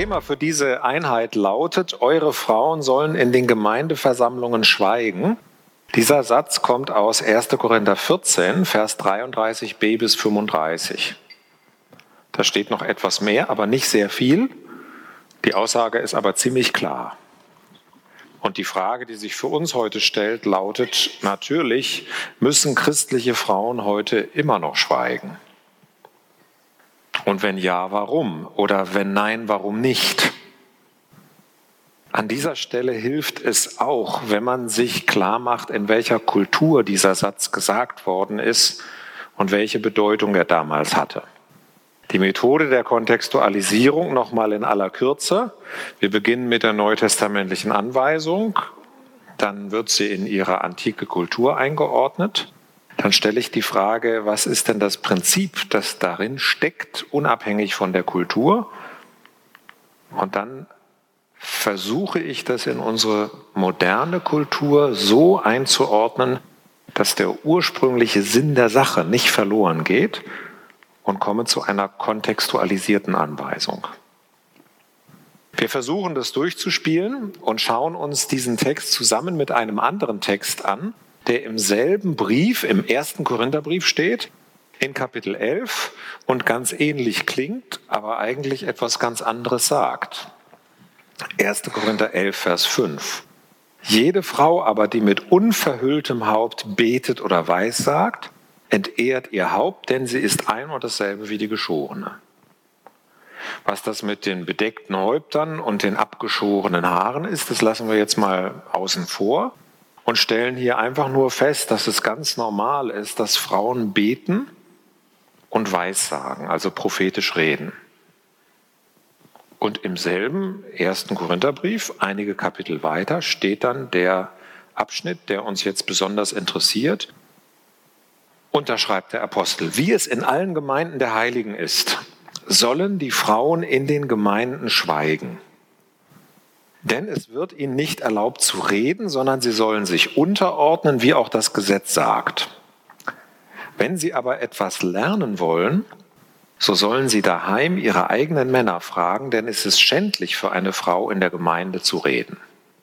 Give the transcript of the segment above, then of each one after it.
Thema für diese Einheit lautet: Eure Frauen sollen in den Gemeindeversammlungen schweigen. Dieser Satz kommt aus 1. Korinther 14, Vers 33b bis 35. Da steht noch etwas mehr, aber nicht sehr viel. Die Aussage ist aber ziemlich klar. Und die Frage, die sich für uns heute stellt, lautet: Natürlich müssen christliche Frauen heute immer noch schweigen. Und wenn ja, warum? Oder wenn nein, warum nicht? An dieser Stelle hilft es auch, wenn man sich klar macht, in welcher Kultur dieser Satz gesagt worden ist und welche Bedeutung er damals hatte. Die Methode der Kontextualisierung nochmal in aller Kürze. Wir beginnen mit der neutestamentlichen Anweisung, dann wird sie in ihre antike Kultur eingeordnet. Dann stelle ich die Frage, was ist denn das Prinzip, das darin steckt, unabhängig von der Kultur? Und dann versuche ich das in unsere moderne Kultur so einzuordnen, dass der ursprüngliche Sinn der Sache nicht verloren geht, und komme zu einer kontextualisierten Anweisung. Wir versuchen das durchzuspielen und schauen uns diesen Text zusammen mit einem anderen Text an, der im selben Brief, im 1. Korintherbrief steht, in Kapitel 11 und ganz ähnlich klingt, aber eigentlich etwas ganz anderes sagt. 1. Korinther 11, Vers 5. Jede Frau aber, die mit unverhülltem Haupt betet oder weissagt, entehrt ihr Haupt, denn sie ist ein und dasselbe wie die Geschorene. Was das mit den bedeckten Häuptern und den abgeschorenen Haaren ist, das lassen wir jetzt mal außen vor und stellen hier einfach nur fest, dass es ganz normal ist, dass Frauen beten und weissagen, also prophetisch reden. Und im selben 1. Korintherbrief, einige Kapitel weiter, steht dann der Abschnitt, der uns jetzt besonders interessiert. Und da schreibt der Apostel: Wie es in allen Gemeinden der Heiligen ist, sollen die Frauen in den Gemeinden schweigen. Denn es wird ihnen nicht erlaubt zu reden, sondern sie sollen sich unterordnen, wie auch das Gesetz sagt. Wenn sie aber etwas lernen wollen, so sollen sie daheim ihre eigenen Männer fragen, denn es ist schändlich für eine Frau in der Gemeinde zu reden.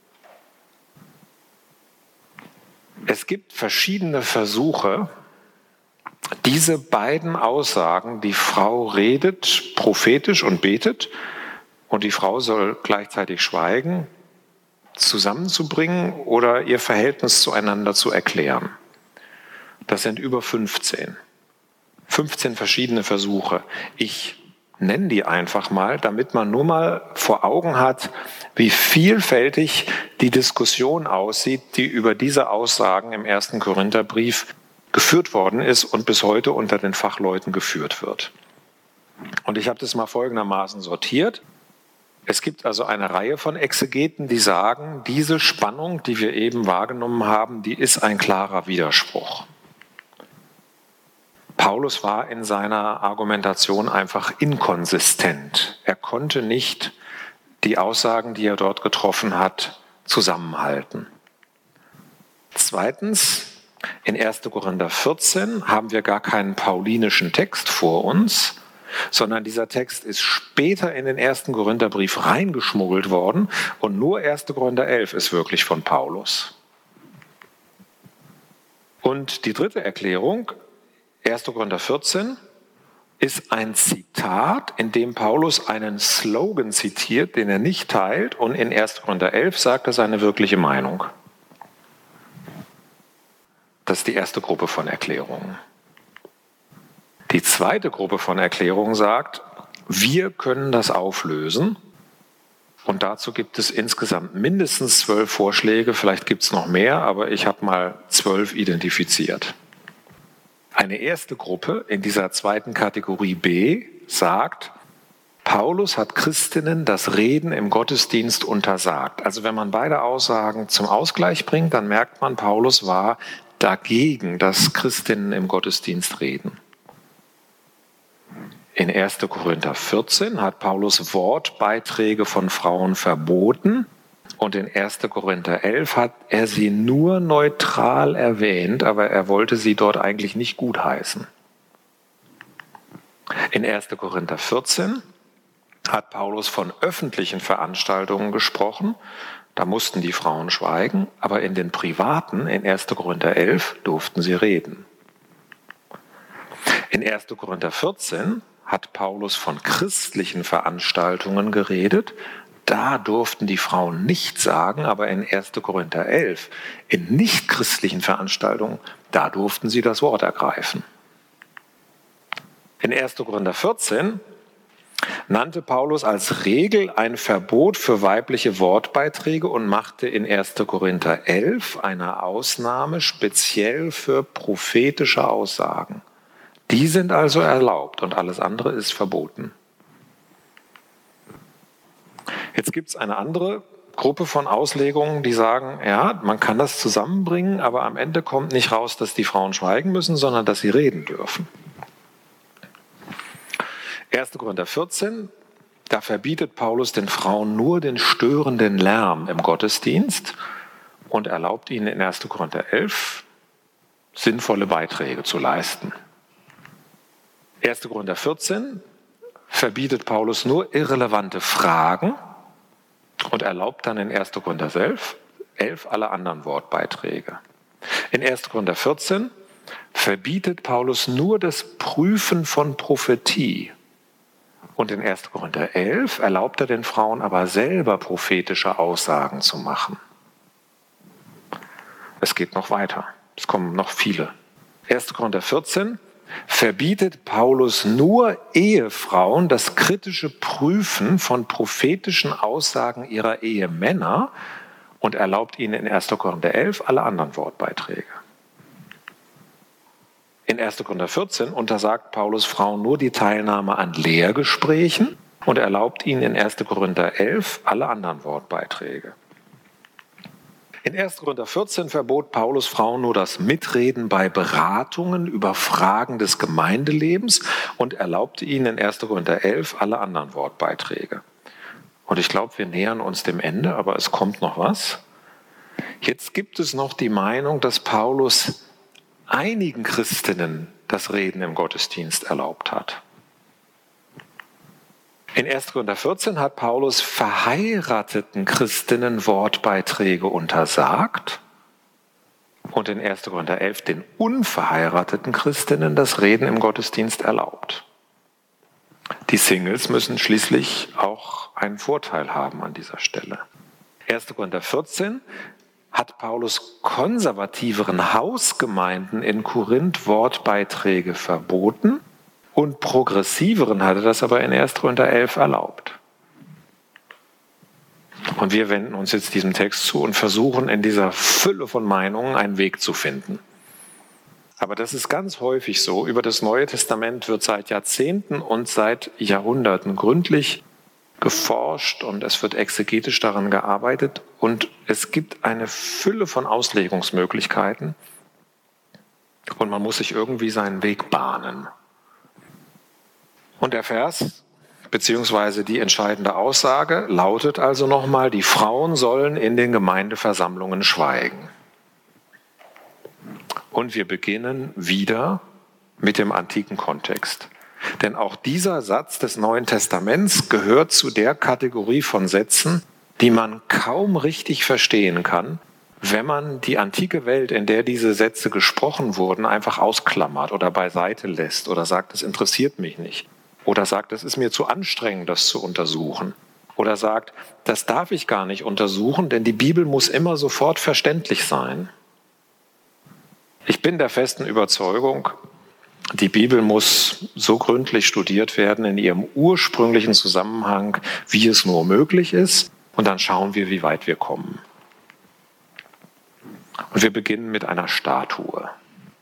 Es gibt verschiedene Versuche, diese beiden Aussagen, die Frau redet prophetisch und betet und die Frau soll gleichzeitig schweigen, zusammenzubringen oder ihr Verhältnis zueinander zu erklären. Das sind über 15. 15 verschiedene Versuche. Ich nenne die einfach mal, damit man nur mal vor Augen hat, wie vielfältig die Diskussion aussieht, die über diese Aussagen im 1. Korintherbrief geführt worden ist und bis heute unter den Fachleuten geführt wird. Und ich habe das mal folgendermaßen sortiert. Es gibt also eine Reihe von Exegeten, die sagen, diese Spannung, die wir eben wahrgenommen haben, die ist ein klarer Widerspruch. Paulus war in seiner Argumentation einfach inkonsistent. Er konnte nicht die Aussagen, die er dort getroffen hat, zusammenhalten. Zweitens, in 1. Korinther 14 haben wir gar keinen paulinischen Text vor uns, sondern dieser Text ist später in den 1. Korintherbrief reingeschmuggelt worden und nur 1. Korinther 11 ist wirklich von Paulus. Und die dritte Erklärung, 1. Korinther 14, ist ein Zitat, in dem Paulus einen Slogan zitiert, den er nicht teilt, und in 1. Korinther 11 sagt er seine wirkliche Meinung. Das ist die erste Gruppe von Erklärungen. Die zweite Gruppe von Erklärungen sagt, wir können das auflösen. Und dazu gibt es insgesamt mindestens 12 Vorschläge, vielleicht gibt es noch mehr, aber ich habe mal 12 identifiziert. Eine erste Gruppe in dieser zweiten Kategorie B sagt, Paulus hat Christinnen das Reden im Gottesdienst untersagt. Also wenn man beide Aussagen zum Ausgleich bringt, dann merkt man, Paulus war dagegen, dass Christinnen im Gottesdienst reden. In 1. Korinther 14 hat Paulus Wortbeiträge von Frauen verboten und in 1. Korinther 11 hat er sie nur neutral erwähnt, aber er wollte sie dort eigentlich nicht gutheißen. In 1. Korinther 14 hat Paulus von öffentlichen Veranstaltungen gesprochen. Da mussten die Frauen schweigen, aber in den privaten, in 1. Korinther 11, durften sie reden. In 1. Korinther 14 hat Paulus von christlichen Veranstaltungen geredet. Da durften die Frauen nichts sagen, aber in 1. Korinther 11, in nichtchristlichen Veranstaltungen, da durften sie das Wort ergreifen. In 1. Korinther 14 nannte Paulus als Regel ein Verbot für weibliche Wortbeiträge und machte in 1. Korinther 11 eine Ausnahme speziell für prophetische Aussagen. Die sind also erlaubt und alles andere ist verboten. Jetzt gibt es eine andere Gruppe von Auslegungen, die sagen, ja, man kann das zusammenbringen, aber am Ende kommt nicht raus, dass die Frauen schweigen müssen, sondern dass sie reden dürfen. 1. Korinther 14, da verbietet Paulus den Frauen nur den störenden Lärm im Gottesdienst und erlaubt ihnen in 1. Korinther 11 sinnvolle Beiträge zu leisten. 1. Korinther 14 verbietet Paulus nur irrelevante Fragen und erlaubt dann in 1. Korinther 11 alle anderen Wortbeiträge. In 1. Korinther 14 verbietet Paulus nur das Prüfen von Prophetie. Und in 1. Korinther 11 erlaubt er den Frauen aber selber prophetische Aussagen zu machen. Es geht noch weiter. Es kommen noch viele. 1. Korinther 14 verbietet Paulus nur Ehefrauen das kritische Prüfen von prophetischen Aussagen ihrer Ehemänner und erlaubt ihnen in 1. Korinther 11 alle anderen Wortbeiträge. In 1. Korinther 14 untersagt Paulus Frauen nur die Teilnahme an Lehrgesprächen und erlaubt ihnen in 1. Korinther 11 alle anderen Wortbeiträge. In 1. Korinther 14 verbot Paulus Frauen nur das Mitreden bei Beratungen über Fragen des Gemeindelebens und erlaubte ihnen in 1. Korinther 11 alle anderen Wortbeiträge. Und ich glaube, wir nähern uns dem Ende, aber es kommt noch was. Jetzt gibt es noch die Meinung, dass Paulus einigen Christinnen das Reden im Gottesdienst erlaubt hat. In 1. Korinther 14 hat Paulus verheirateten Christinnen Wortbeiträge untersagt und in 1. Korinther 11 den unverheirateten Christinnen das Reden im Gottesdienst erlaubt. Die Singles müssen schließlich auch einen Vorteil haben an dieser Stelle. 1. Korinther 14 hat Paulus konservativeren Hausgemeinden in Korinth Wortbeiträge verboten und progressiveren hatte das aber in 1. Korinther 11 erlaubt. Und wir wenden uns jetzt diesem Text zu und versuchen in dieser Fülle von Meinungen einen Weg zu finden. Aber das ist ganz häufig so. Über das Neue Testament wird seit Jahrzehnten und seit Jahrhunderten gründlich geforscht und es wird exegetisch daran gearbeitet und es gibt eine Fülle von Auslegungsmöglichkeiten und man muss sich irgendwie seinen Weg bahnen. Und der Vers beziehungsweise die entscheidende Aussage lautet also nochmal, die Frauen sollen in den Gemeindeversammlungen schweigen. Und wir beginnen wieder mit dem antiken Kontext. Denn auch dieser Satz des Neuen Testaments gehört zu der Kategorie von Sätzen, die man kaum richtig verstehen kann, wenn man die antike Welt, in der diese Sätze gesprochen wurden, einfach ausklammert oder beiseite lässt oder sagt, es interessiert mich nicht. Oder sagt, es ist mir zu anstrengend, das zu untersuchen. Oder sagt, das darf ich gar nicht untersuchen, denn die Bibel muss immer sofort verständlich sein. Ich bin der festen Überzeugung, die Bibel muss so gründlich studiert werden in ihrem ursprünglichen Zusammenhang, wie es nur möglich ist. Und dann schauen wir, wie weit wir kommen. Und wir beginnen mit einer Statue.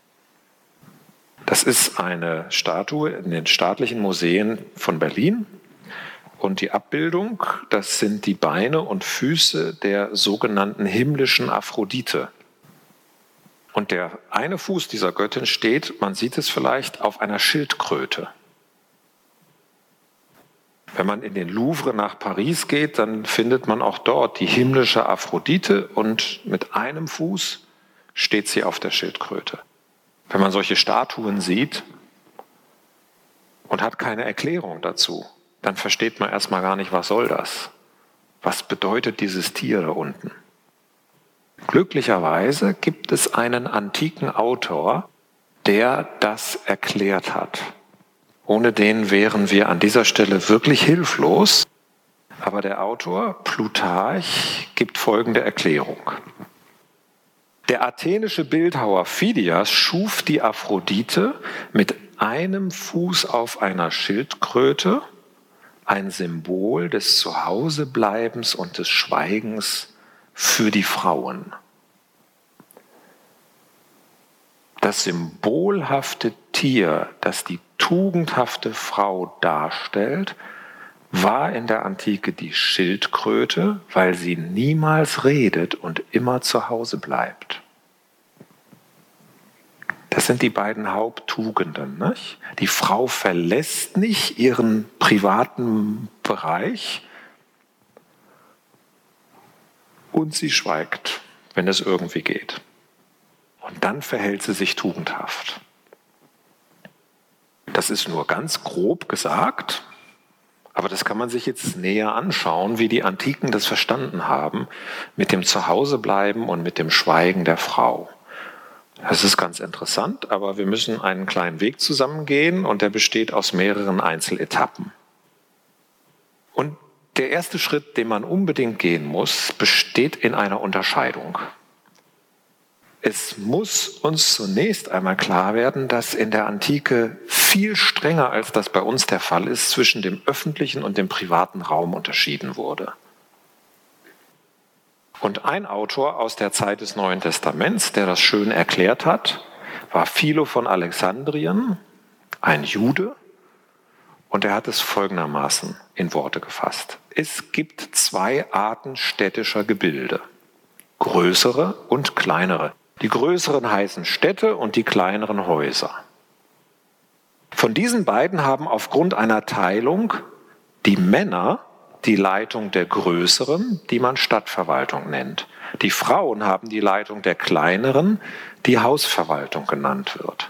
Das ist eine Statue in den staatlichen Museen von Berlin. Und die Abbildung, das sind die Beine und Füße der sogenannten himmlischen Aphrodite. Und der eine Fuß dieser Göttin steht, man sieht es vielleicht, auf einer Schildkröte. Wenn man in den Louvre nach Paris geht, dann findet man auch dort die himmlische Aphrodite und mit einem Fuß steht sie auf der Schildkröte. Wenn man solche Statuen sieht und hat keine Erklärung dazu, dann versteht man erstmal gar nicht, was soll das? Was bedeutet dieses Tier da unten? Glücklicherweise gibt es einen antiken Autor, der das erklärt hat. Ohne den wären wir an dieser Stelle wirklich hilflos. Aber der Autor, Plutarch, gibt folgende Erklärung. Der athenische Bildhauer Phidias schuf die Aphrodite mit einem Fuß auf einer Schildkröte, ein Symbol des Zuhausebleibens und des Schweigens für die Frauen. Das symbolhafte Tier, das die tugendhafte Frau darstellt, war in der Antike die Schildkröte, weil sie niemals redet und immer zu Hause bleibt. Das sind die beiden Haupttugenden, nicht? Die Frau verlässt nicht ihren privaten Bereich und sie schweigt, wenn es irgendwie geht. Und dann verhält sie sich tugendhaft. Das ist nur ganz grob gesagt. Aber das kann man sich jetzt näher anschauen, wie die Antiken das verstanden haben, mit dem Zuhausebleiben und mit dem Schweigen der Frau. Das ist ganz interessant, aber wir müssen einen kleinen Weg zusammengehen und der besteht aus mehreren Einzeletappen. Und der erste Schritt, den man unbedingt gehen muss, besteht in einer Unterscheidung. Es muss uns zunächst einmal klar werden, dass in der Antike viel strenger, als das bei uns der Fall ist, zwischen dem öffentlichen und dem privaten Raum unterschieden wurde. Und ein Autor aus der Zeit des Neuen Testaments, der das schön erklärt hat, war Philo von Alexandrien, ein Jude, und er hat es folgendermaßen in Worte gefasst. Es gibt zwei Arten städtischer Gebilde, größere und kleinere. Die größeren heißen Städte und die kleineren Häuser. Von diesen beiden haben aufgrund einer Teilung die Männer die Leitung der größeren, die man Stadtverwaltung nennt. Die Frauen haben die Leitung der kleineren, die Hausverwaltung genannt wird.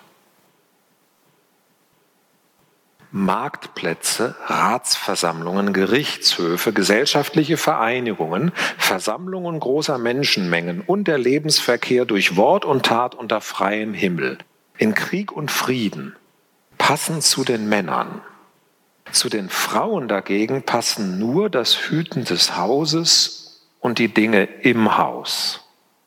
Marktplätze, Ratsversammlungen, Gerichtshöfe, gesellschaftliche Vereinigungen, Versammlungen großer Menschenmengen und der Lebensverkehr durch Wort und Tat unter freiem Himmel, in Krieg und Frieden, passen zu den Männern. Zu den Frauen dagegen passen nur das Hüten des Hauses und die Dinge im Haus.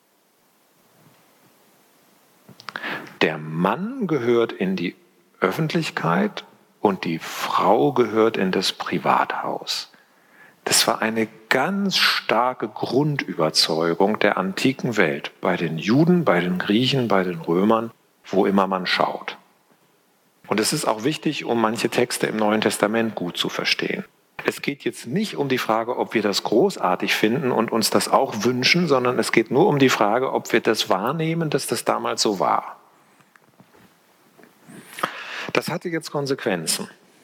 Der Mann gehört in die Öffentlichkeit und die Frau gehört in das Privathaus. Das war eine ganz starke Grundüberzeugung der antiken Welt, bei den Juden, bei den Griechen, bei den Römern, wo immer man schaut. Und es ist auch wichtig, um manche Texte im Neuen Testament gut zu verstehen. Es geht jetzt nicht um die Frage, ob wir das großartig finden und uns das auch wünschen, sondern es geht nur um die Frage, ob wir das wahrnehmen, dass das damals so war. Das hatte jetzt Konsequenzen.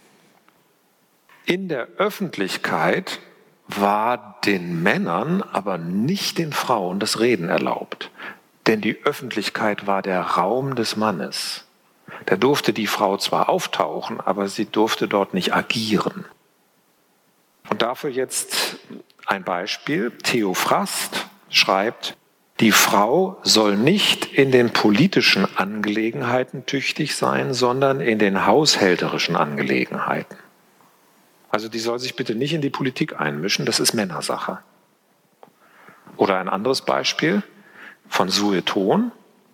In der Öffentlichkeit war den Männern, aber nicht den Frauen das Reden erlaubt. Denn die Öffentlichkeit war der Raum des Mannes. Da durfte die Frau zwar auftauchen, aber sie durfte dort nicht agieren. Und dafür jetzt ein Beispiel. Theophrast schreibt, die Frau soll nicht in den politischen Angelegenheiten tüchtig sein, sondern in den haushälterischen Angelegenheiten. Also die soll sich bitte nicht in die Politik einmischen, das ist Männersache. Oder ein anderes Beispiel von Sueton.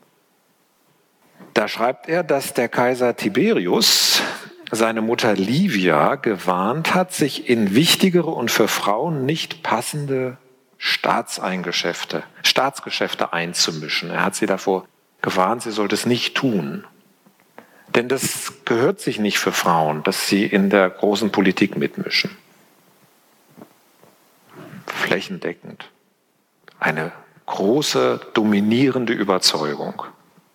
Da schreibt er, dass der Kaiser Tiberius seine Mutter Livia gewarnt hat, sich in wichtigere und für Frauen nicht passende Staatsgeschäfte einzumischen. Er hat sie davor gewarnt, sie sollte es nicht tun. Denn das gehört sich nicht für Frauen, dass sie in der großen Politik mitmischen. Flächendeckend. Eine große, dominierende Überzeugung.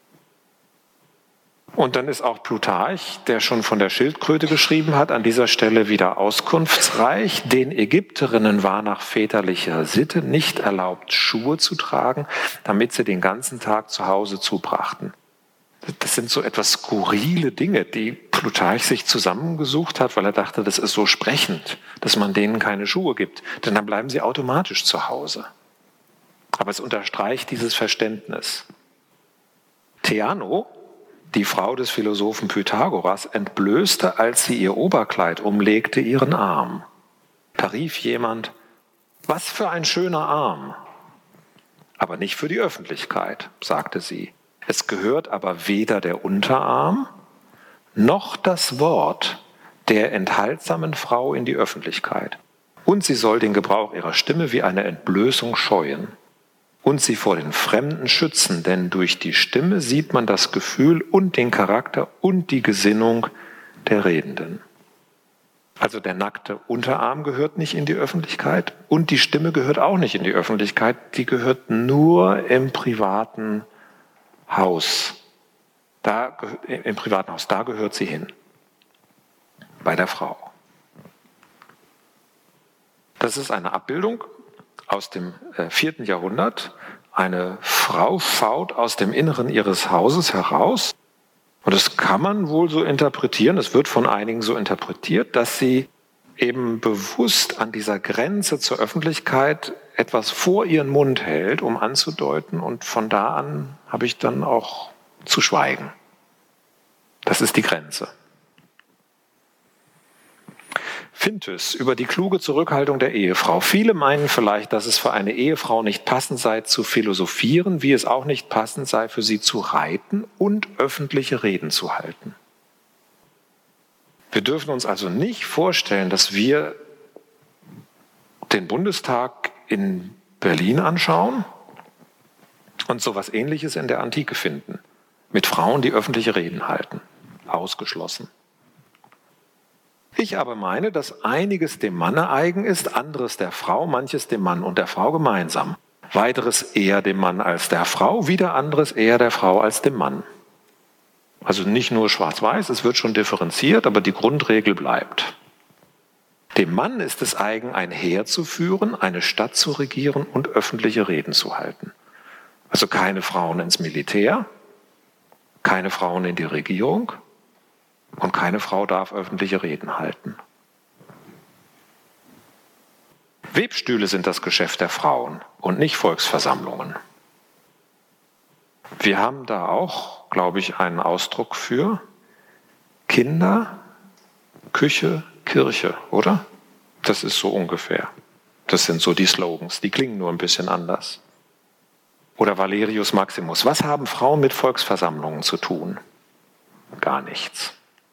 Und dann ist auch Plutarch, der schon von der Schildkröte geschrieben hat, an dieser Stelle wieder auskunftsreich. Den Ägypterinnen war nach väterlicher Sitte nicht erlaubt, Schuhe zu tragen, damit sie den ganzen Tag zu Hause zubrachten. Das sind so etwas skurrile Dinge, die Plutarch sich zusammengesucht hat, weil er dachte, das ist so sprechend, dass man denen keine Schuhe gibt, denn dann bleiben sie automatisch zu Hause. Aber es unterstreicht dieses Verständnis. Theano, die Frau des Philosophen Pythagoras, entblößte, als sie ihr Oberkleid umlegte, ihren Arm. Da rief jemand: Was für ein schöner Arm! Aber nicht für die Öffentlichkeit, sagte sie. Es gehört aber weder der Unterarm noch das Wort der enthaltsamen Frau in die Öffentlichkeit. Und sie soll den Gebrauch ihrer Stimme wie eine Entblößung scheuen und sie vor den Fremden schützen, denn durch die Stimme sieht man das Gefühl und den Charakter und die Gesinnung der Redenden. Also der nackte Unterarm gehört nicht in die Öffentlichkeit und die Stimme gehört auch nicht in die Öffentlichkeit. Die gehört nur im privaten Haus. Im privaten Haus, da gehört sie hin. Bei der Frau. Das ist eine Abbildung aus dem 4. Jahrhundert. Eine Frau schaut aus dem Inneren ihres Hauses heraus. Und das kann man wohl so interpretieren, es wird von einigen so interpretiert, dass sie eben bewusst an dieser Grenze zur Öffentlichkeit etwas vor ihren Mund hält, um anzudeuten, und von da an habe ich dann auch zu schweigen. Das ist die Grenze. Fintus über die kluge Zurückhaltung der Ehefrau. Viele meinen vielleicht, dass es für eine Ehefrau nicht passend sei, zu philosophieren, wie es auch nicht passend sei, für sie zu reiten und öffentliche Reden zu halten. Wir dürfen uns also nicht vorstellen, dass wir den Bundestag in Berlin anschauen und so etwas Ähnliches in der Antike finden. Mit Frauen, die öffentliche Reden halten. Ausgeschlossen. Ich aber meine, dass einiges dem Manne eigen ist, anderes der Frau, manches dem Mann und der Frau gemeinsam. Weiteres eher dem Mann als der Frau, wieder anderes eher der Frau als dem Mann. Also nicht nur schwarz-weiß, es wird schon differenziert, aber die Grundregel bleibt. Dem Mann ist es eigen, ein Heer zu führen, eine Stadt zu regieren und öffentliche Reden zu halten. Also keine Frauen ins Militär, keine Frauen in die Regierung und keine Frau darf öffentliche Reden halten. Webstühle sind das Geschäft der Frauen und nicht Volksversammlungen. Wir haben da auch, glaube ich, einen Ausdruck für Kinder, Küche, Kirche, oder? Das ist so ungefähr. Das sind so die Slogans, die klingen nur ein bisschen anders. Oder Valerius Maximus. Was haben Frauen mit Volksversammlungen zu tun? Gar nichts.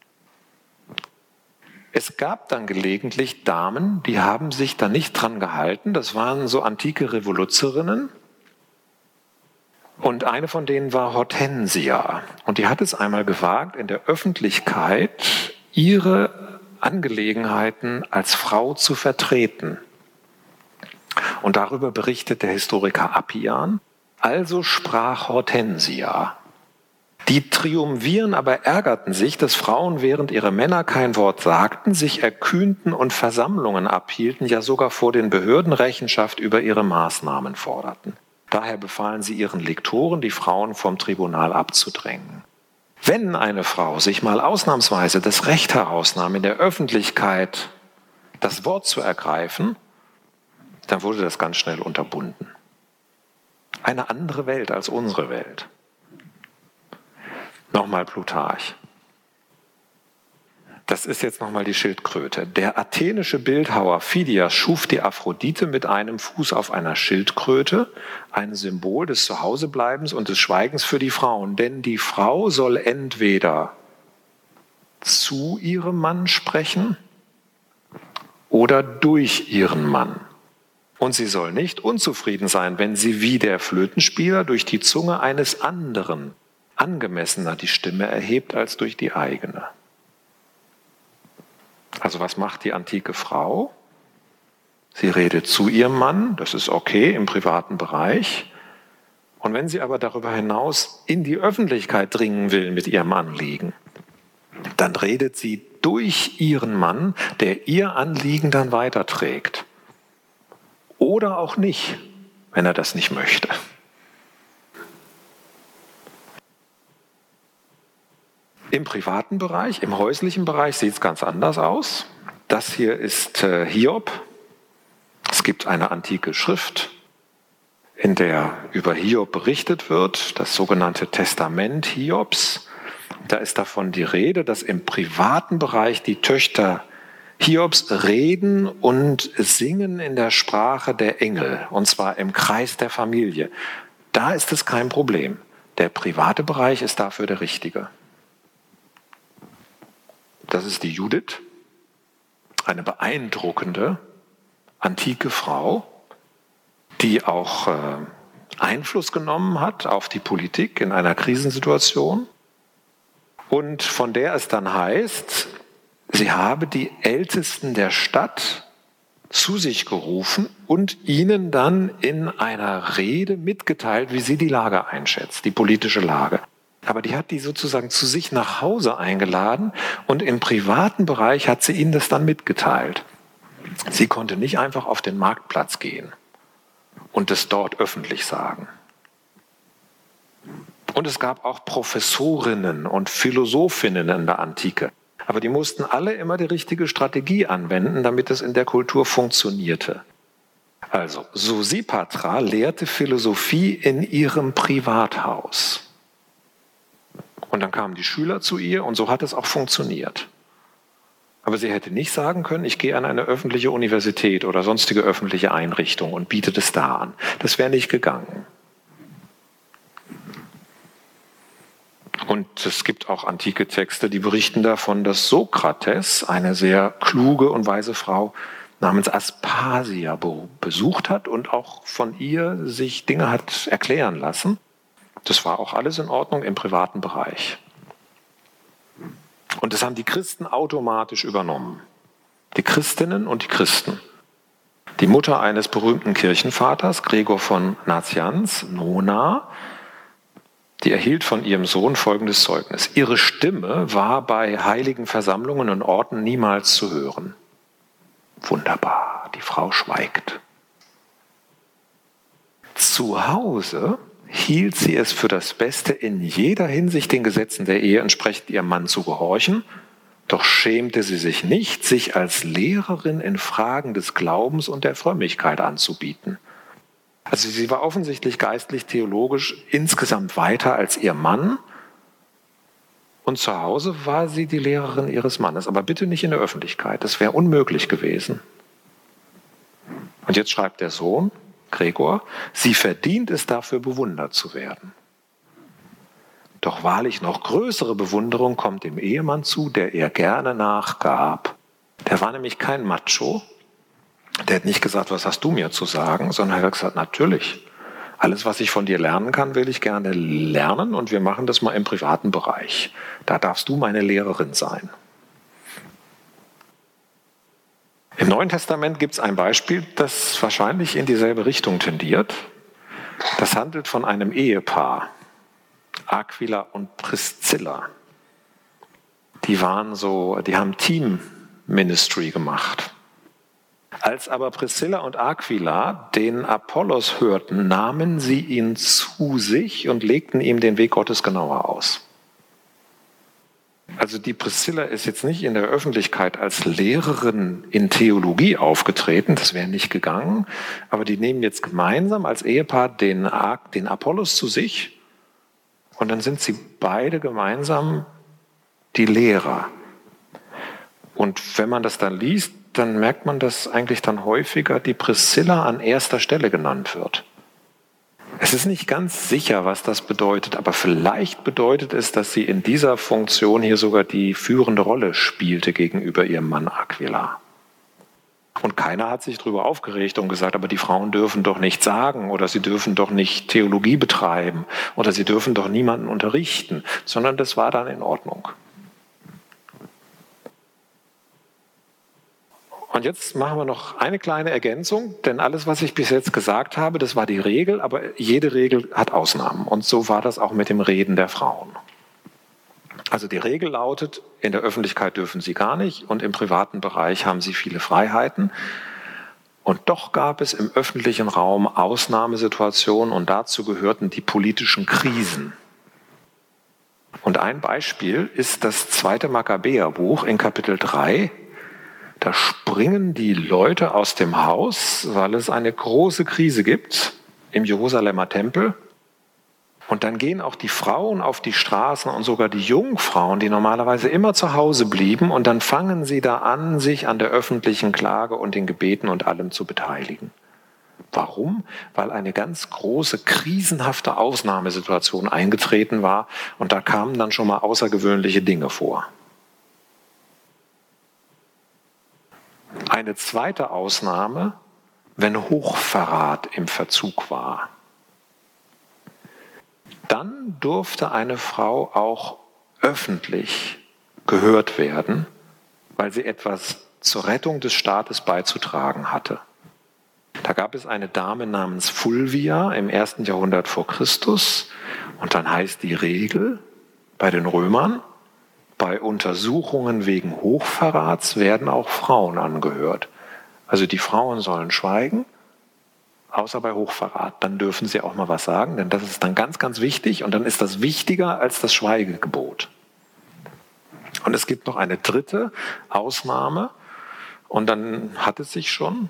Es gab dann gelegentlich Damen, die haben sich da nicht dran gehalten. Das waren so antike Revoluzerinnen. Und eine von denen war Hortensia. Und die hat es einmal gewagt, in der Öffentlichkeit ihre Angelegenheiten als Frau zu vertreten. Und darüber berichtet der Historiker Appian. Also sprach Hortensia. Die Triumviren aber ärgerten sich, dass Frauen, während ihre Männer kein Wort sagten, sich erkühnten und Versammlungen abhielten, ja sogar vor den Behörden Rechenschaft über ihre Maßnahmen forderten. Daher befahlen sie ihren Lektoren, die Frauen vom Tribunal abzudrängen. Wenn eine Frau sich mal ausnahmsweise das Recht herausnahm, in der Öffentlichkeit das Wort zu ergreifen, dann wurde das ganz schnell unterbunden. Eine andere Welt als unsere Welt. Nochmal Plutarch. Das ist jetzt nochmal die Schildkröte. Der athenische Bildhauer Phidias schuf die Aphrodite mit einem Fuß auf einer Schildkröte, ein Symbol des Zuhausebleibens und des Schweigens für die Frauen. Denn die Frau soll entweder zu ihrem Mann sprechen oder durch ihren Mann. Und sie soll nicht unzufrieden sein, wenn sie wie der Flötenspieler durch die Zunge eines anderen angemessener die Stimme erhebt als durch die eigene. Also was macht die antike Frau? Sie redet zu ihrem Mann, das ist okay im privaten Bereich. Und wenn sie aber darüber hinaus in die Öffentlichkeit dringen will mit ihrem Anliegen, dann redet sie durch ihren Mann, der ihr Anliegen dann weiterträgt. Oder auch nicht, wenn er das nicht möchte. Im privaten Bereich, im häuslichen Bereich sieht es ganz anders aus. Das hier ist Hiob. Es gibt eine antike Schrift, in der über Hiob berichtet wird, das sogenannte Testament Hiobs. Da ist davon die Rede, dass im privaten Bereich die Töchter Hiobs reden und singen in der Sprache der Engel, und zwar im Kreis der Familie. Da ist es kein Problem. Der private Bereich ist dafür der richtige. Das ist die Judith, eine beeindruckende antike Frau, die auch Einfluss genommen hat auf die Politik in einer Krisensituation und von der es dann heißt, sie habe die Ältesten der Stadt zu sich gerufen und ihnen dann in einer Rede mitgeteilt, wie sie die Lage einschätzt, die politische Lage. Aber die hat die sozusagen zu sich nach Hause eingeladen und im privaten Bereich hat sie ihnen das dann mitgeteilt. Sie konnte nicht einfach auf den Marktplatz gehen und es dort öffentlich sagen. Und es gab auch Professorinnen und Philosophinnen in der Antike. Aber die mussten alle immer die richtige Strategie anwenden, damit es in der Kultur funktionierte. Also, Sosipatra lehrte Philosophie in ihrem Privathaus. Und dann kamen die Schüler zu ihr und so hat es auch funktioniert. Aber sie hätte nicht sagen können, ich gehe an eine öffentliche Universität oder sonstige öffentliche Einrichtung und biete das da an. Das wäre nicht gegangen. Und es gibt auch antike Texte, die berichten davon, dass Sokrates eine sehr kluge und weise Frau namens Aspasia besucht hat und auch von ihr sich Dinge hat erklären lassen. Das war auch alles in Ordnung im privaten Bereich. Und das haben die Christen automatisch übernommen. Die Christinnen und die Christen. Die Mutter eines berühmten Kirchenvaters, Gregor von Nazianz, Nona, die erhielt von ihrem Sohn folgendes Zeugnis. Ihre Stimme war bei heiligen Versammlungen und Orten niemals zu hören. Wunderbar, die Frau schweigt. Zu Hause hielt sie es für das Beste, in jeder Hinsicht den Gesetzen der Ehe entsprechend ihrem Mann zu gehorchen, doch schämte sie sich nicht, sich als Lehrerin in Fragen des Glaubens und der Frömmigkeit anzubieten. Also sie war offensichtlich geistlich-theologisch insgesamt weiter als ihr Mann und zu Hause war sie die Lehrerin ihres Mannes, aber bitte nicht in der Öffentlichkeit, das wäre unmöglich gewesen. Und jetzt schreibt der Sohn, Gregor, sie verdient es dafür, bewundert zu werden. Doch wahrlich noch größere Bewunderung kommt dem Ehemann zu, der ihr gerne nachgab. Der war nämlich kein Macho, der hat nicht gesagt, was hast du mir zu sagen, sondern er hat gesagt, natürlich, alles, was ich von dir lernen kann, will ich gerne lernen und wir machen das mal im privaten Bereich. Da darfst du meine Lehrerin sein. Im Neuen Testament gibt es ein Beispiel, das wahrscheinlich in dieselbe Richtung tendiert. Das handelt von einem Ehepaar, Aquila und Priscilla. Die haben Team Ministry gemacht. Als aber Priscilla und Aquila den Apollos hörten, nahmen sie ihn zu sich und legten ihm den Weg Gottes genauer aus. Also die Priscilla ist jetzt nicht in der Öffentlichkeit als Lehrerin in Theologie aufgetreten, das wäre nicht gegangen, aber die nehmen jetzt gemeinsam als Ehepaar den Apollos zu sich und dann sind sie beide gemeinsam die Lehrer. Und wenn man das dann liest, dann merkt man, dass eigentlich dann häufiger die Priscilla an erster Stelle genannt wird. Es ist nicht ganz sicher, was das bedeutet, aber vielleicht bedeutet es, dass sie in dieser Funktion hier sogar die führende Rolle spielte gegenüber ihrem Mann Aquila. Und keiner hat sich darüber aufgeregt und gesagt, aber die Frauen dürfen doch nichts sagen oder sie dürfen doch nicht Theologie betreiben oder sie dürfen doch niemanden unterrichten, sondern das war dann in Ordnung. Und jetzt machen wir noch eine kleine Ergänzung, denn alles, was ich bis jetzt gesagt habe, das war die Regel, aber jede Regel hat Ausnahmen. Und so war das auch mit dem Reden der Frauen. Also die Regel lautet, in der Öffentlichkeit dürfen sie gar nicht und im privaten Bereich haben sie viele Freiheiten. Und doch gab es im öffentlichen Raum Ausnahmesituationen und dazu gehörten die politischen Krisen. Und ein Beispiel ist das 2. Makkabäerbuch in Kapitel 3. Da springen die Leute aus dem Haus, weil es eine große Krise gibt im Jerusalemer Tempel. Und dann gehen auch die Frauen auf die Straßen und sogar die Jungfrauen, die normalerweise immer zu Hause blieben. Und dann fangen sie da an, sich an der öffentlichen Klage und den Gebeten und allem zu beteiligen. Warum? Weil eine ganz große, krisenhafte Ausnahmesituation eingetreten war. Und da kamen dann schon mal außergewöhnliche Dinge vor. Eine zweite Ausnahme, wenn Hochverrat im Verzug war. Dann durfte eine Frau auch öffentlich gehört werden, weil sie etwas zur Rettung des Staates beizutragen hatte. Da gab es eine Dame namens Fulvia im 1. Jahrhundert vor Christus. Und dann heißt die Regel bei den Römern, bei Untersuchungen wegen Hochverrats werden auch Frauen angehört. Also die Frauen sollen schweigen, außer bei Hochverrat. Dann dürfen sie auch mal was sagen, denn das ist dann ganz, ganz wichtig. Und dann ist das wichtiger als das Schweigegebot. Und es gibt noch eine dritte Ausnahme. Und dann hat es sich schon.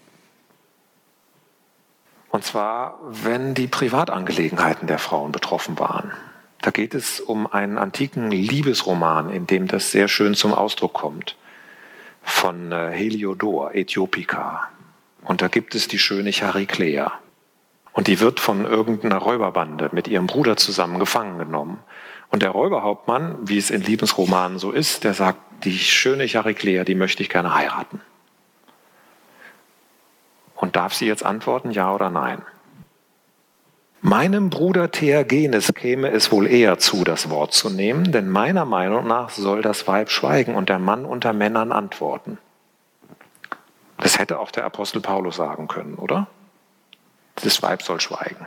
Und zwar, wenn die Privatangelegenheiten der Frauen betroffen waren. Da geht es um einen antiken Liebesroman, in dem das sehr schön zum Ausdruck kommt, von Heliodor, Äthiopika. Und da gibt es die schöne Chariklea. Und die wird von irgendeiner Räuberbande mit ihrem Bruder zusammen gefangen genommen. Und der Räuberhauptmann, wie es in Liebesromanen so ist, der sagt, die schöne Chariklea, die möchte ich gerne heiraten. Und darf sie jetzt antworten, ja oder nein? Meinem Bruder Theagenes käme es wohl eher zu, das Wort zu nehmen, denn meiner Meinung nach soll das Weib schweigen und der Mann unter Männern antworten. Das hätte auch der Apostel Paulus sagen können, oder? Das Weib soll schweigen.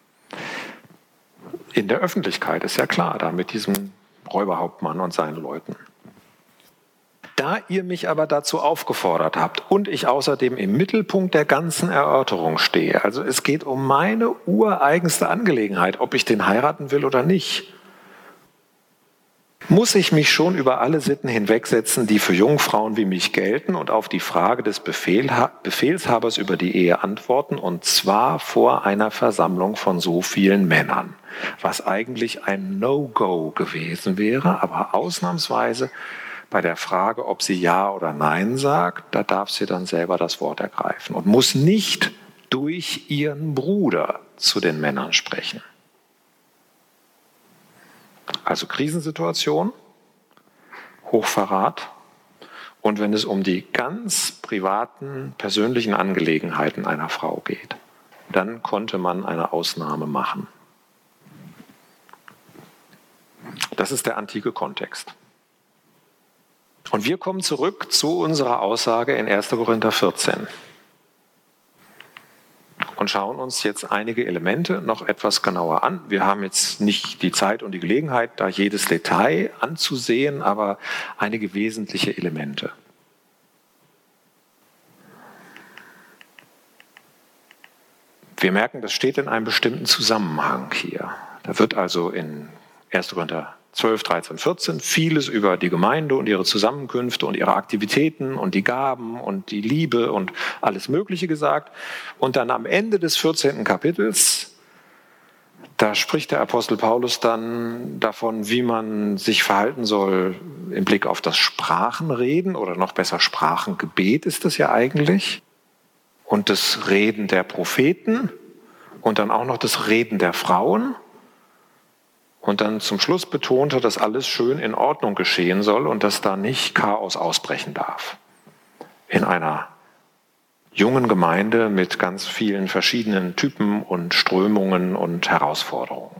In der Öffentlichkeit ist ja klar, da mit diesem Räuberhauptmann und seinen Leuten. Da ihr mich aber dazu aufgefordert habt und ich außerdem im Mittelpunkt der ganzen Erörterung stehe, also es geht um meine ureigenste Angelegenheit, ob ich den heiraten will oder nicht, muss ich mich schon über alle Sitten hinwegsetzen, die für Jungfrauen wie mich gelten und auf die Frage des Befehlshabers über die Ehe antworten, und zwar vor einer Versammlung von so vielen Männern, was eigentlich ein No-Go gewesen wäre, aber ausnahmsweise bei der Frage, ob sie Ja oder Nein sagt, da darf sie dann selber das Wort ergreifen und muss nicht durch ihren Bruder zu den Männern sprechen. Also Krisensituation, Hochverrat und wenn es um die ganz privaten, persönlichen Angelegenheiten einer Frau geht, dann konnte man eine Ausnahme machen. Das ist der antike Kontext. Und wir kommen zurück zu unserer Aussage in 1. Korinther 14 und schauen uns jetzt einige Elemente noch etwas genauer an. Wir haben jetzt nicht die Zeit und die Gelegenheit, da jedes Detail anzusehen, aber einige wesentliche Elemente. Wir merken, das steht in einem bestimmten Zusammenhang hier. Da wird also in 1. Korinther 12, 13, 14 vieles über die Gemeinde und ihre Zusammenkünfte und ihre Aktivitäten und die Gaben und die Liebe und alles Mögliche gesagt. Und dann am Ende des 14. Kapitels, da spricht der Apostel Paulus dann davon, wie man sich verhalten soll im Blick auf das Sprachenreden oder noch besser Sprachengebet ist es ja eigentlich. Und das Reden der Propheten und dann auch noch das Reden der Frauen. Und dann zum Schluss betont er, dass alles schön in Ordnung geschehen soll und dass da nicht Chaos ausbrechen darf. In einer jungen Gemeinde mit ganz vielen verschiedenen Typen und Strömungen und Herausforderungen.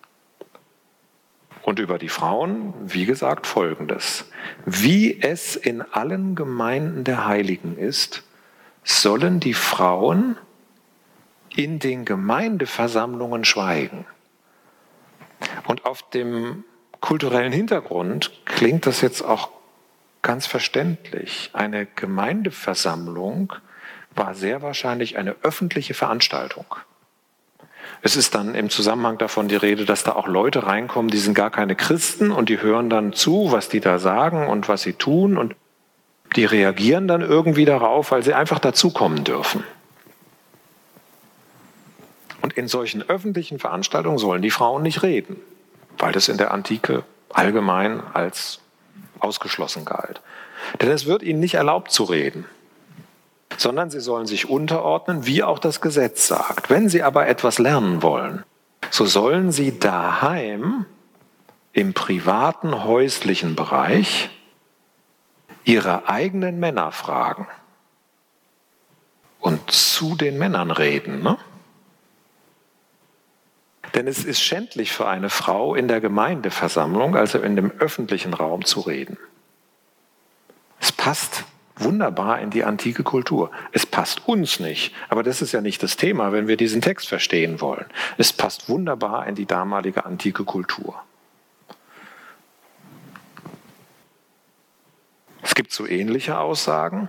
Und über die Frauen, wie gesagt, Folgendes. Wie es in allen Gemeinden der Heiligen ist, sollen die Frauen in den Gemeindeversammlungen schweigen. Und auf dem kulturellen Hintergrund klingt das jetzt auch ganz verständlich. Eine Gemeindeversammlung war sehr wahrscheinlich eine öffentliche Veranstaltung. Es ist dann im Zusammenhang davon die Rede, dass da auch Leute reinkommen, die sind gar keine Christen und die hören dann zu, was die da sagen und was sie tun und die reagieren dann irgendwie darauf, weil sie einfach dazukommen dürfen. Und in solchen öffentlichen Veranstaltungen sollen die Frauen nicht reden, weil das in der Antike allgemein als ausgeschlossen galt. Denn es wird ihnen nicht erlaubt zu reden, sondern sie sollen sich unterordnen, wie auch das Gesetz sagt. Wenn sie aber etwas lernen wollen, so sollen sie daheim im privaten, häuslichen Bereich ihre eigenen Männer fragen und zu den Männern reden, ne? Denn es ist schändlich für eine Frau in der Gemeindeversammlung, also in dem öffentlichen Raum, zu reden. Es passt wunderbar in die antike Kultur. Es passt uns nicht, aber das ist ja nicht das Thema, wenn wir diesen Text verstehen wollen. Es passt wunderbar in die damalige antike Kultur. Es gibt so ähnliche Aussagen.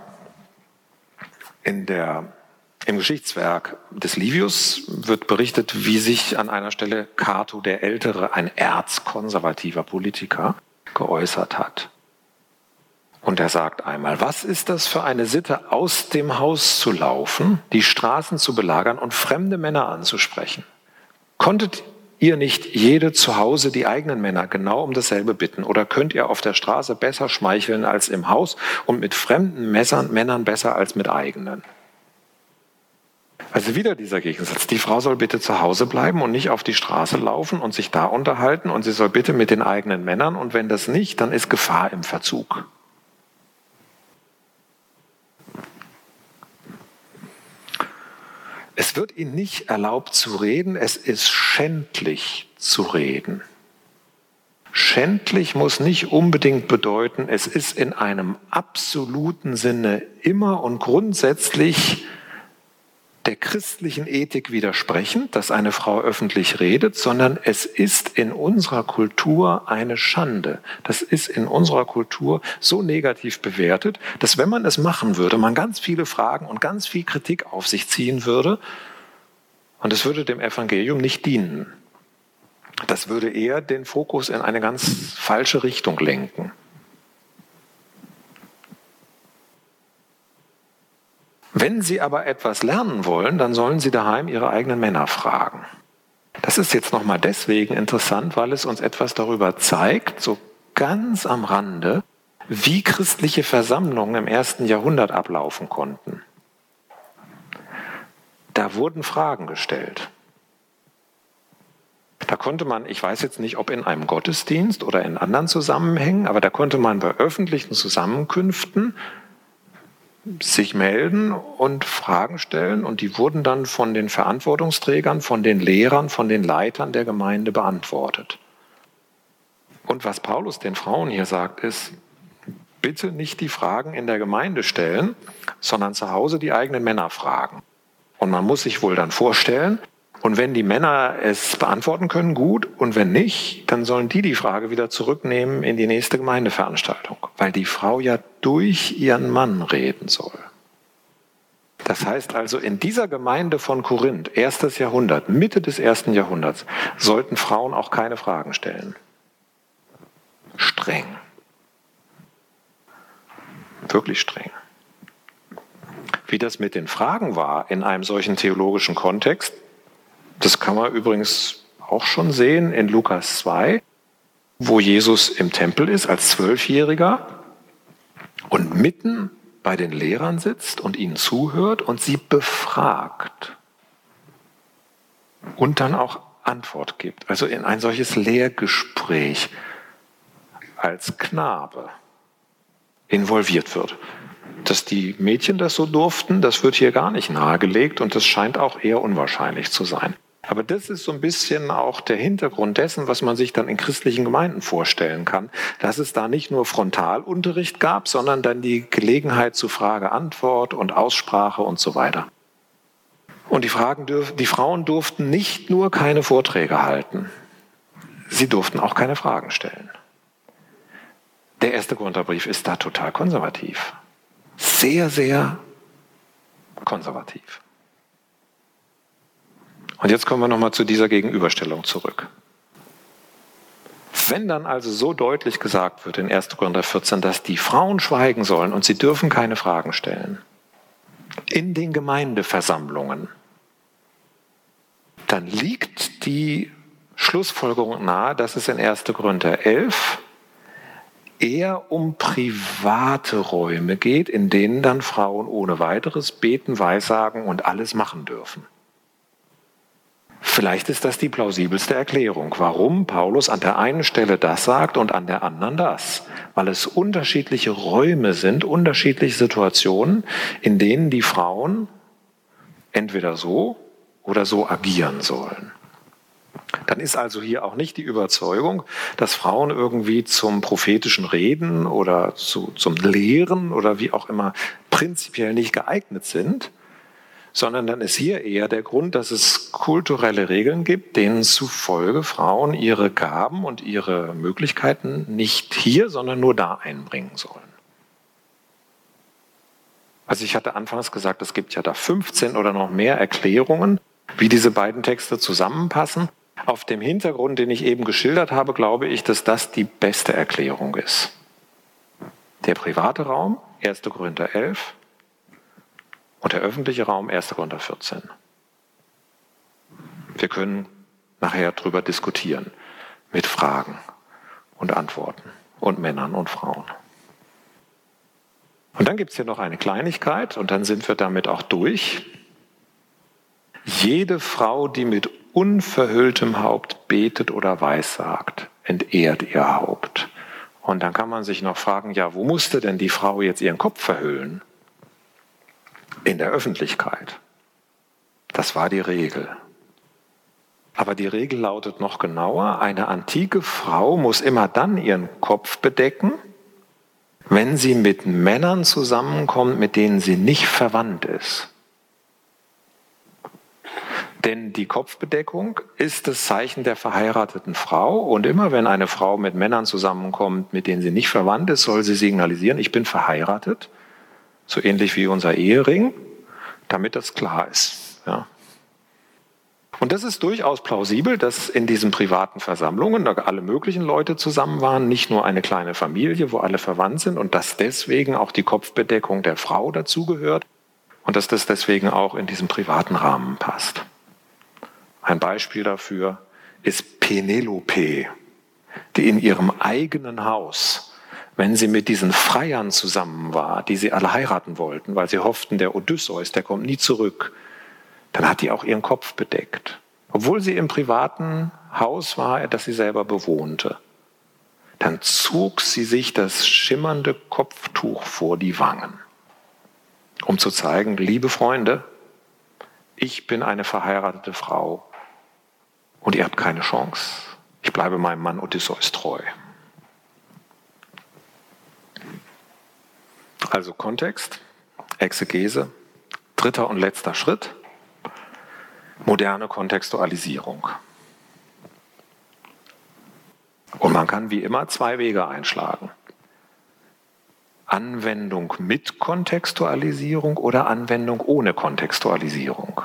Im Geschichtswerk des Livius wird berichtet, wie sich an einer Stelle Cato der Ältere, ein erzkonservativer Politiker, geäußert hat. Und er sagt einmal: Was ist das für eine Sitte, aus dem Haus zu laufen, die Straßen zu belagern und fremde Männer anzusprechen? Konntet ihr nicht jede zu Hause die eigenen Männer genau um dasselbe bitten? Oder könnt ihr auf der Straße besser schmeicheln als im Haus und mit fremden Männern besser als mit eigenen? Also wieder dieser Gegensatz. Die Frau soll bitte zu Hause bleiben und nicht auf die Straße laufen und sich da unterhalten, und sie soll bitte mit den eigenen Männern, und wenn das nicht, dann ist Gefahr im Verzug. Es wird ihnen nicht erlaubt zu reden, es ist schändlich zu reden. Schändlich muss nicht unbedingt bedeuten, es ist in einem absoluten Sinne immer und grundsätzlich der christlichen Ethik widersprechend, dass eine Frau öffentlich redet, sondern es ist in unserer Kultur eine Schande. Das ist in unserer Kultur so negativ bewertet, dass, wenn man es machen würde, man ganz viele Fragen und ganz viel Kritik auf sich ziehen würde, und es würde dem Evangelium nicht dienen. Das würde eher den Fokus in eine ganz falsche Richtung lenken. Wenn Sie aber etwas lernen wollen, dann sollen Sie daheim Ihre eigenen Männer fragen. Das ist jetzt nochmal deswegen interessant, weil es uns etwas darüber zeigt, so ganz am Rande, wie christliche Versammlungen im 1. Jahrhundert ablaufen konnten. Da wurden Fragen gestellt. Da konnte man, ich weiß jetzt nicht, ob in einem Gottesdienst oder in anderen Zusammenhängen, aber da konnte man bei öffentlichen Zusammenkünften sich melden und Fragen stellen, und die wurden dann von den Verantwortungsträgern, von den Lehrern, von den Leitern der Gemeinde beantwortet. Und was Paulus den Frauen hier sagt, ist: Bitte nicht die Fragen in der Gemeinde stellen, sondern zu Hause die eigenen Männer fragen. Und man muss sich wohl dann vorstellen, und wenn die Männer es beantworten können, gut, und wenn nicht, dann sollen die Frage wieder zurücknehmen in die nächste Gemeindeveranstaltung, weil die Frau ja durch ihren Mann reden soll. Das heißt also, in dieser Gemeinde von Korinth, 1. Jahrhundert, Mitte des 1. Jahrhunderts, sollten Frauen auch keine Fragen stellen. Streng. Wirklich streng. Wie das mit den Fragen war in einem solchen theologischen Kontext, das kann man übrigens auch schon sehen in Lukas 2, wo Jesus im Tempel ist als 12-Jähriger und mitten bei den Lehrern sitzt und ihnen zuhört und sie befragt und dann auch Antwort gibt. Also in ein solches Lehrgespräch als Knabe involviert wird. Dass die Mädchen das so durften, das wird hier gar nicht nahegelegt, und das scheint auch eher unwahrscheinlich zu sein. Aber das ist so ein bisschen auch der Hintergrund dessen, was man sich dann in christlichen Gemeinden vorstellen kann, dass es da nicht nur Frontalunterricht gab, sondern dann die Gelegenheit zu Frage-Antwort und Aussprache und so weiter. Und die Frauen durften nicht nur keine Vorträge halten, sie durften auch keine Fragen stellen. Der 1. Korintherbrief ist da total konservativ. Sehr, sehr konservativ. Und jetzt kommen wir nochmal zu dieser Gegenüberstellung zurück. Wenn dann also so deutlich gesagt wird in 1. Korinther 14, dass die Frauen schweigen sollen und sie dürfen keine Fragen stellen, in den Gemeindeversammlungen, dann liegt die Schlussfolgerung nahe, dass es in 1. Korinther 11 eher um private Räume geht, in denen dann Frauen ohne weiteres beten, weissagen und alles machen dürfen. Vielleicht ist das die plausibelste Erklärung, warum Paulus an der einen Stelle das sagt und an der anderen das. Weil es unterschiedliche Räume sind, unterschiedliche Situationen, in denen die Frauen entweder so oder so agieren sollen. Dann ist also hier auch nicht die Überzeugung, dass Frauen irgendwie zum prophetischen Reden oder zum Lehren oder wie auch immer prinzipiell nicht geeignet sind, sondern dann ist hier eher der Grund, dass es kulturelle Regeln gibt, denen zufolge Frauen ihre Gaben und ihre Möglichkeiten nicht hier, sondern nur da einbringen sollen. Also ich hatte anfangs gesagt, es gibt ja da 15 oder noch mehr Erklärungen, wie diese beiden Texte zusammenpassen. Auf dem Hintergrund, den ich eben geschildert habe, glaube ich, dass das die beste Erklärung ist. Der private Raum, 1. Korinther 11, und der öffentliche Raum, 1. Korinther 14. Wir können nachher darüber diskutieren, mit Fragen und Antworten und Männern und Frauen. Und dann gibt es hier noch eine Kleinigkeit und dann sind wir damit auch durch. Jede Frau, die mit unverhülltem Haupt betet oder weissagt, entehrt ihr Haupt. Und dann kann man sich noch fragen, ja, wo musste denn die Frau jetzt ihren Kopf verhüllen? In der Öffentlichkeit. Das war die Regel. Aber die Regel lautet noch genauer, eine antike Frau muss immer dann ihren Kopf bedecken, wenn sie mit Männern zusammenkommt, mit denen sie nicht verwandt ist. Denn die Kopfbedeckung ist das Zeichen der verheirateten Frau und immer wenn eine Frau mit Männern zusammenkommt, mit denen sie nicht verwandt ist, soll sie signalisieren, ich bin verheiratet. So ähnlich wie unser Ehering, damit das klar ist. Ja. Und das ist durchaus plausibel, dass in diesen privaten Versammlungen da alle möglichen Leute zusammen waren, nicht nur eine kleine Familie, wo alle verwandt sind und dass deswegen auch die Kopfbedeckung der Frau dazugehört und dass das deswegen auch in diesen privaten Rahmen passt. Ein Beispiel dafür ist Penelope, die in ihrem eigenen Haus, wenn sie mit diesen Freiern zusammen war, die sie alle heiraten wollten, weil sie hofften, der Odysseus, der kommt nie zurück, dann hat die auch ihren Kopf bedeckt. Obwohl sie im privaten Haus war, das sie selber bewohnte. Dann zog sie sich das schimmernde Kopftuch vor die Wangen, um zu zeigen, liebe Freunde, ich bin eine verheiratete Frau und ihr habt keine Chance. Ich bleibe meinem Mann Odysseus treu. Also Kontext, Exegese, dritter und letzter Schritt, moderne Kontextualisierung. Und man kann wie immer zwei Wege einschlagen. Anwendung mit Kontextualisierung oder Anwendung ohne Kontextualisierung.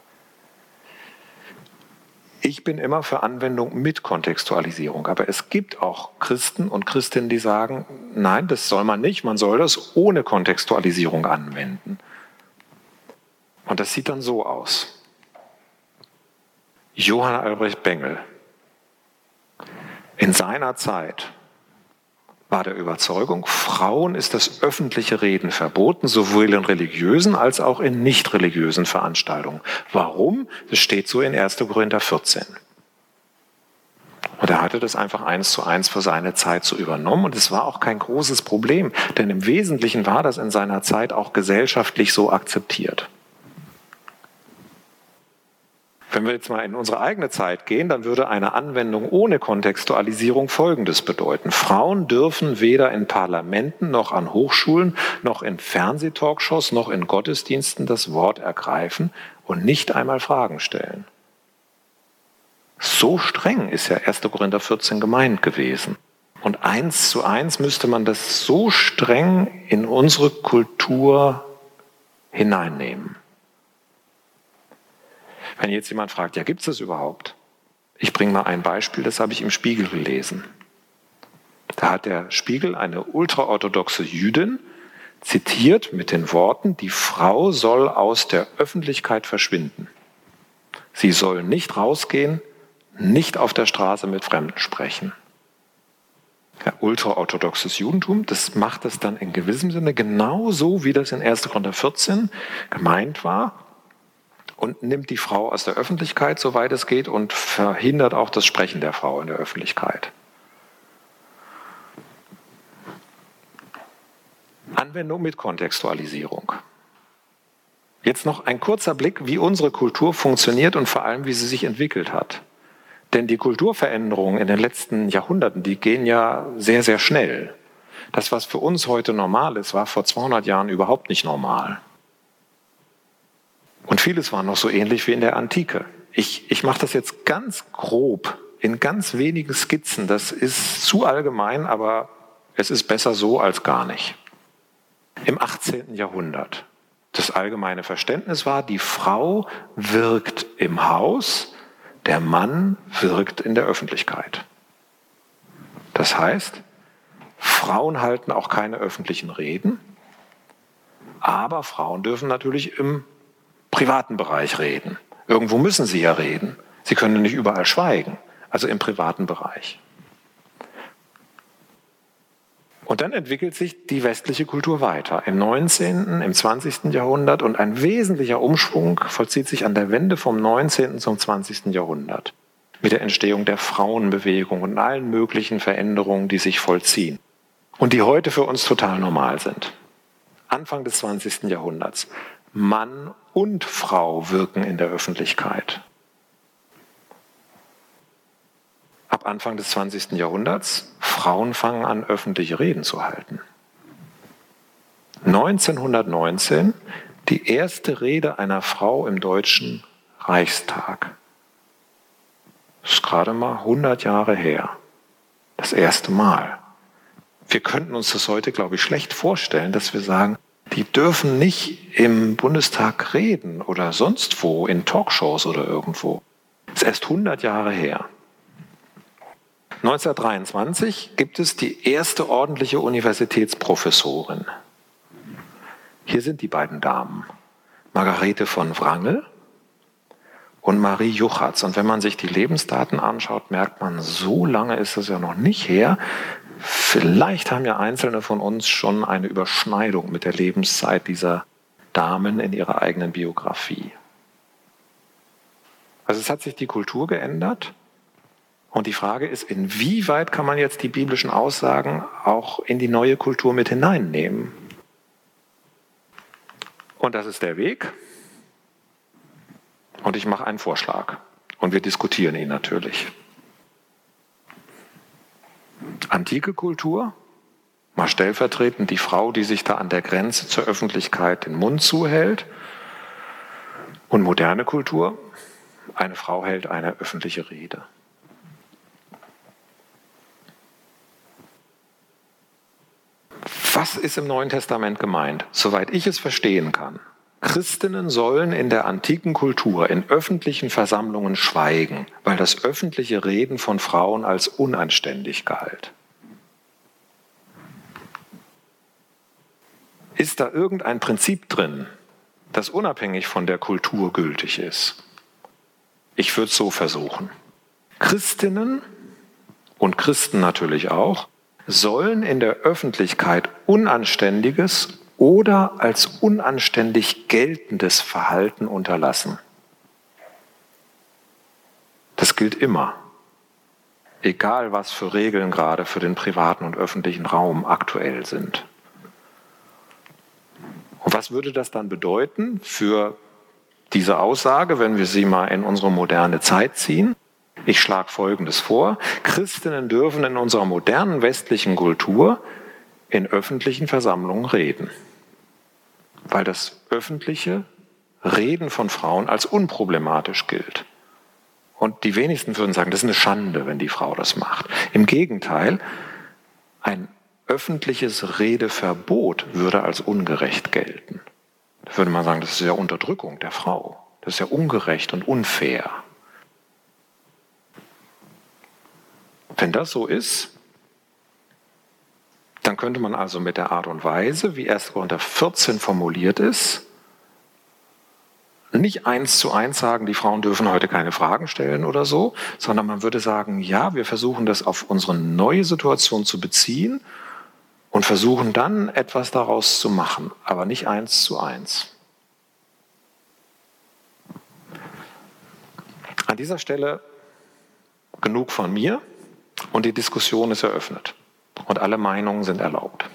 Ich bin immer für Anwendung mit Kontextualisierung, aber es gibt auch Christen und Christinnen, die sagen, nein, das soll man nicht, man soll das ohne Kontextualisierung anwenden. Und das sieht dann so aus. Johann Albrecht Bengel. In seiner Zeit war der Überzeugung, Frauen ist das öffentliche Reden verboten, sowohl in religiösen als auch in nicht religiösen Veranstaltungen. Warum? Das steht so in 1. Korinther 14. Und er hatte das einfach 1:1 für seine Zeit so übernommen und es war auch kein großes Problem, denn im Wesentlichen war das in seiner Zeit auch gesellschaftlich so akzeptiert. Wenn wir jetzt mal in unsere eigene Zeit gehen, dann würde eine Anwendung ohne Kontextualisierung Folgendes bedeuten. Frauen dürfen weder in Parlamenten noch an Hochschulen noch in Fernsehtalkshows noch in Gottesdiensten das Wort ergreifen und nicht einmal Fragen stellen. So streng ist ja 1. Korinther 14 gemeint gewesen. Und 1:1 müsste man das so streng in unsere Kultur hineinnehmen. Wenn jetzt jemand fragt, ja, gibt es das überhaupt? Ich bringe mal ein Beispiel, das habe ich im Spiegel gelesen. Da hat der Spiegel eine ultraorthodoxe Jüdin zitiert mit den Worten, die Frau soll aus der Öffentlichkeit verschwinden. Sie soll nicht rausgehen, nicht auf der Straße mit Fremden sprechen. Ja, ultraorthodoxes Judentum, das macht es dann in gewissem Sinne genauso, wie das in 1. Korinther 14 gemeint war und nimmt die Frau aus der Öffentlichkeit, soweit es geht, und verhindert auch das Sprechen der Frau in der Öffentlichkeit. Anwendung mit Kontextualisierung. Jetzt noch ein kurzer Blick, wie unsere Kultur funktioniert und vor allem, wie sie sich entwickelt hat. Denn die Kulturveränderungen in den letzten Jahrhunderten, die gehen ja sehr, sehr schnell. Das, was für uns heute normal ist, war vor 200 Jahren überhaupt nicht normal. Und vieles war noch so ähnlich wie in der Antike. Ich mache das jetzt ganz grob, in ganz wenigen Skizzen. Das ist zu allgemein, aber es ist besser so als gar nicht. Im 18. Jahrhundert. Das allgemeine Verständnis war, die Frau wirkt im Haus, der Mann wirkt in der Öffentlichkeit. Das heißt, Frauen halten auch keine öffentlichen Reden, aber Frauen dürfen natürlich im privaten Bereich reden. Irgendwo müssen sie ja reden. Sie können nicht überall schweigen, also im privaten Bereich. Und dann entwickelt sich die westliche Kultur weiter. Im 19., im 20. Jahrhundert und ein wesentlicher Umschwung vollzieht sich an der Wende vom 19. zum 20. Jahrhundert. Mit der Entstehung der Frauenbewegung und allen möglichen Veränderungen, die sich vollziehen. Und die heute für uns total normal sind. Anfang des 20. Jahrhunderts. Mann und Frau wirken in der Öffentlichkeit. Ab Anfang des 20. Jahrhunderts, Frauen fangen an, öffentliche Reden zu halten. 1919 die erste Rede einer Frau im Deutschen Reichstag. Das ist gerade mal 100 Jahre her. Das erste Mal. Wir könnten uns das heute, glaube ich, schlecht vorstellen, dass wir sagen, die dürfen nicht im Bundestag reden oder sonst wo, in Talkshows oder irgendwo. Das ist erst 100 Jahre her. 1923 gibt es die erste ordentliche Universitätsprofessorin. Hier sind die beiden Damen, Margarete von Wrangel und Marie Juchatz. Und wenn man sich die Lebensdaten anschaut, merkt man, so lange ist es ja noch nicht her. Vielleicht haben ja Einzelne von uns schon eine Überschneidung mit der Lebenszeit dieser Damen in ihrer eigenen Biografie. Also es hat sich die Kultur geändert. Und die Frage ist, inwieweit kann man jetzt die biblischen Aussagen auch in die neue Kultur mit hineinnehmen? Und das ist der Weg. Und ich mache einen Vorschlag. Und wir diskutieren ihn natürlich. Antike Kultur, mal stellvertretend die Frau, die sich da an der Grenze zur Öffentlichkeit den Mund zuhält. Und moderne Kultur, eine Frau hält eine öffentliche Rede. Was ist im Neuen Testament gemeint? Soweit ich es verstehen kann. Christinnen sollen in der antiken Kultur in öffentlichen Versammlungen schweigen, weil das öffentliche Reden von Frauen als unanständig galt. Ist da irgendein Prinzip drin, das unabhängig von der Kultur gültig ist? Ich würde es so versuchen. Christinnen und Christen natürlich auch, sollen in der Öffentlichkeit Unanständiges oder als unanständig geltendes Verhalten unterlassen. Das gilt immer, egal was für Regeln gerade für den privaten und öffentlichen Raum aktuell sind. Und was würde das dann bedeuten für diese Aussage, wenn wir sie mal in unsere moderne Zeit ziehen? Ich schlage Folgendes vor. Christinnen dürfen in unserer modernen westlichen Kultur in öffentlichen Versammlungen reden, weil das öffentliche Reden von Frauen als unproblematisch gilt. Und die wenigsten würden sagen, das ist eine Schande, wenn die Frau das macht. Im Gegenteil, ein öffentliches Redeverbot würde als ungerecht gelten. Da würde man sagen, das ist ja Unterdrückung der Frau. Das ist ja ungerecht und unfair. Wenn das so ist, dann könnte man also mit der Art und Weise, wie 1. Korinther 14 formuliert ist, nicht 1:1 sagen, die Frauen dürfen heute keine Fragen stellen oder so, sondern man würde sagen, ja, wir versuchen das auf unsere neue Situation zu beziehen und versuchen dann etwas daraus zu machen, aber nicht 1:1. An dieser Stelle genug von mir und die Diskussion ist eröffnet und alle Meinungen sind erlaubt.